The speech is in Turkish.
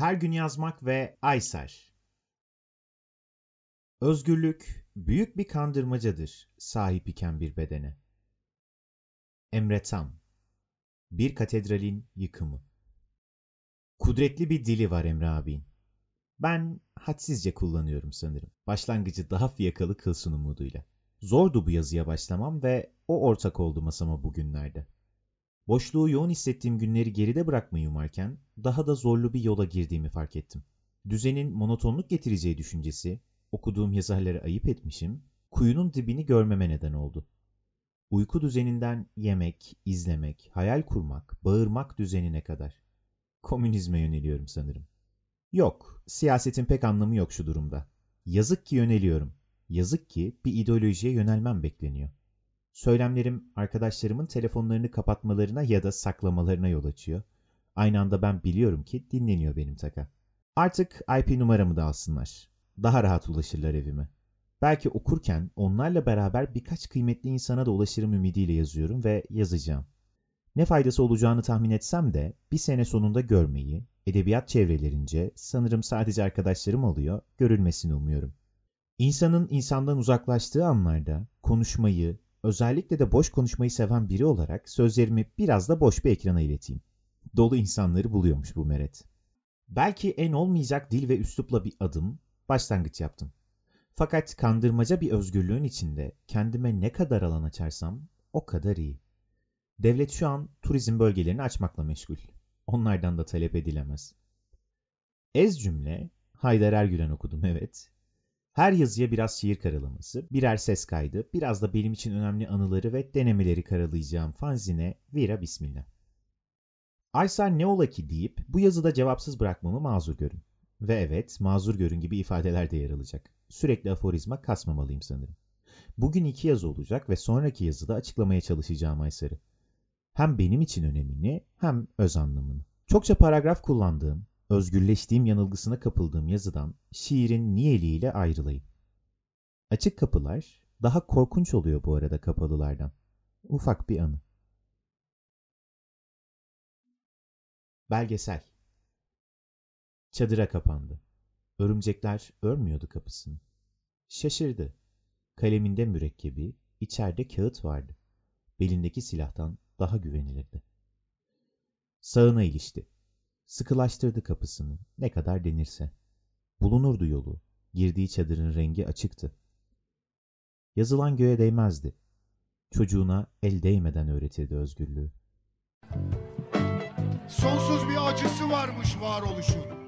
Her gün yazmak ve Aysar. Özgürlük büyük bir kandırmacadır sahip iken bir bedene. Emre Tam. Bir katedralin yıkımı. Kudretli bir dili var Emre abin. Ben hadsizce kullanıyorum sanırım. Başlangıcı daha fiyakalı kılsın umuduyla. Zordu bu yazıya başlamam ve o ortak oldu masama bugünlerde. Boşluğu yoğun hissettiğim günleri geride bırakmayı umarken daha da zorlu bir yola girdiğimi fark ettim. Düzenin monotonluk getireceği düşüncesi, okuduğum yazarlara ayıp etmişim, kuyunun dibini görmeme neden oldu. Uyku düzeninden yemek, izlemek, hayal kurmak, bağırmak düzenine kadar. Komünizme yöneliyorum sanırım. Yok, siyasetin pek anlamı yok şu durumda. Yazık ki yöneliyorum. Yazık ki bir ideolojiye yönelmem bekleniyor. Söylemlerim arkadaşlarımın telefonlarını kapatmalarına ya da saklamalarına yol açıyor. Aynı anda ben biliyorum ki dinleniyor benim taka. Artık IP numaramı da alsınlar. Daha rahat ulaşırlar evime. Belki okurken onlarla beraber birkaç kıymetli insana da ulaşırım ümidiyle yazıyorum ve yazacağım. Ne faydası olacağını tahmin etsem de bir sene sonunda görmeyi, edebiyat çevrelerince sanırım sadece arkadaşlarım oluyor, görülmesini umuyorum. İnsanın insandan uzaklaştığı anlarda konuşmayı, özellikle de boş konuşmayı seven biri olarak sözlerimi biraz da boş bir ekrana ileteyim. Dolu insanları buluyormuş bu meret. Belki en olmayacak dil ve üslupla bir adım, başlangıç yaptım. Fakat kandırmaca bir özgürlüğün içinde kendime ne kadar alan açarsam o kadar iyi. Devlet şu an turizm bölgelerini açmakla meşgul. Onlardan da talep edilemez. Ez cümle, Haydar Ergülen okudum evet. Her yazıya biraz şiir karalaması, birer ses kaydı, biraz da benim için önemli anıları ve denemeleri karalayacağım fanzine vira bismillah. Aysar ne ola ki deyip bu yazıda cevapsız bırakmamı mazur görün. Ve evet, mazur görün gibi ifadeler de yer alacak. Sürekli aforizma kasmamalıyım sanırım. Bugün 2 yazı olacak ve sonraki yazıda açıklamaya çalışacağım Aysar'ı. Hem benim için önemini hem öz anlamını. Çokça paragraf kullandığım, özgürleştiğim yanılgısına kapıldığım yazıdan şiirin niyeliğiyle ayrılayım. Açık kapılar daha korkunç oluyor bu arada kapalılardan. Ufak bir anı. Belgesel. Çadıra kapandı. Örümcekler örmüyordu kapısını. Şaşırdı. Kaleminde mürekkebi, içeride kağıt vardı. Belindeki silahtan daha güvenilirdi. Sağına ilişti. Sıkılaştırdı kapısını, ne kadar denirse. Bulunurdu yolu. Girdiği çadırın rengi açıktı. Yazılan göğe değmezdi. Çocuğuna el değmeden öğretirdi özgürlüğü. Sonsuz bir acısı varmış varoluşun.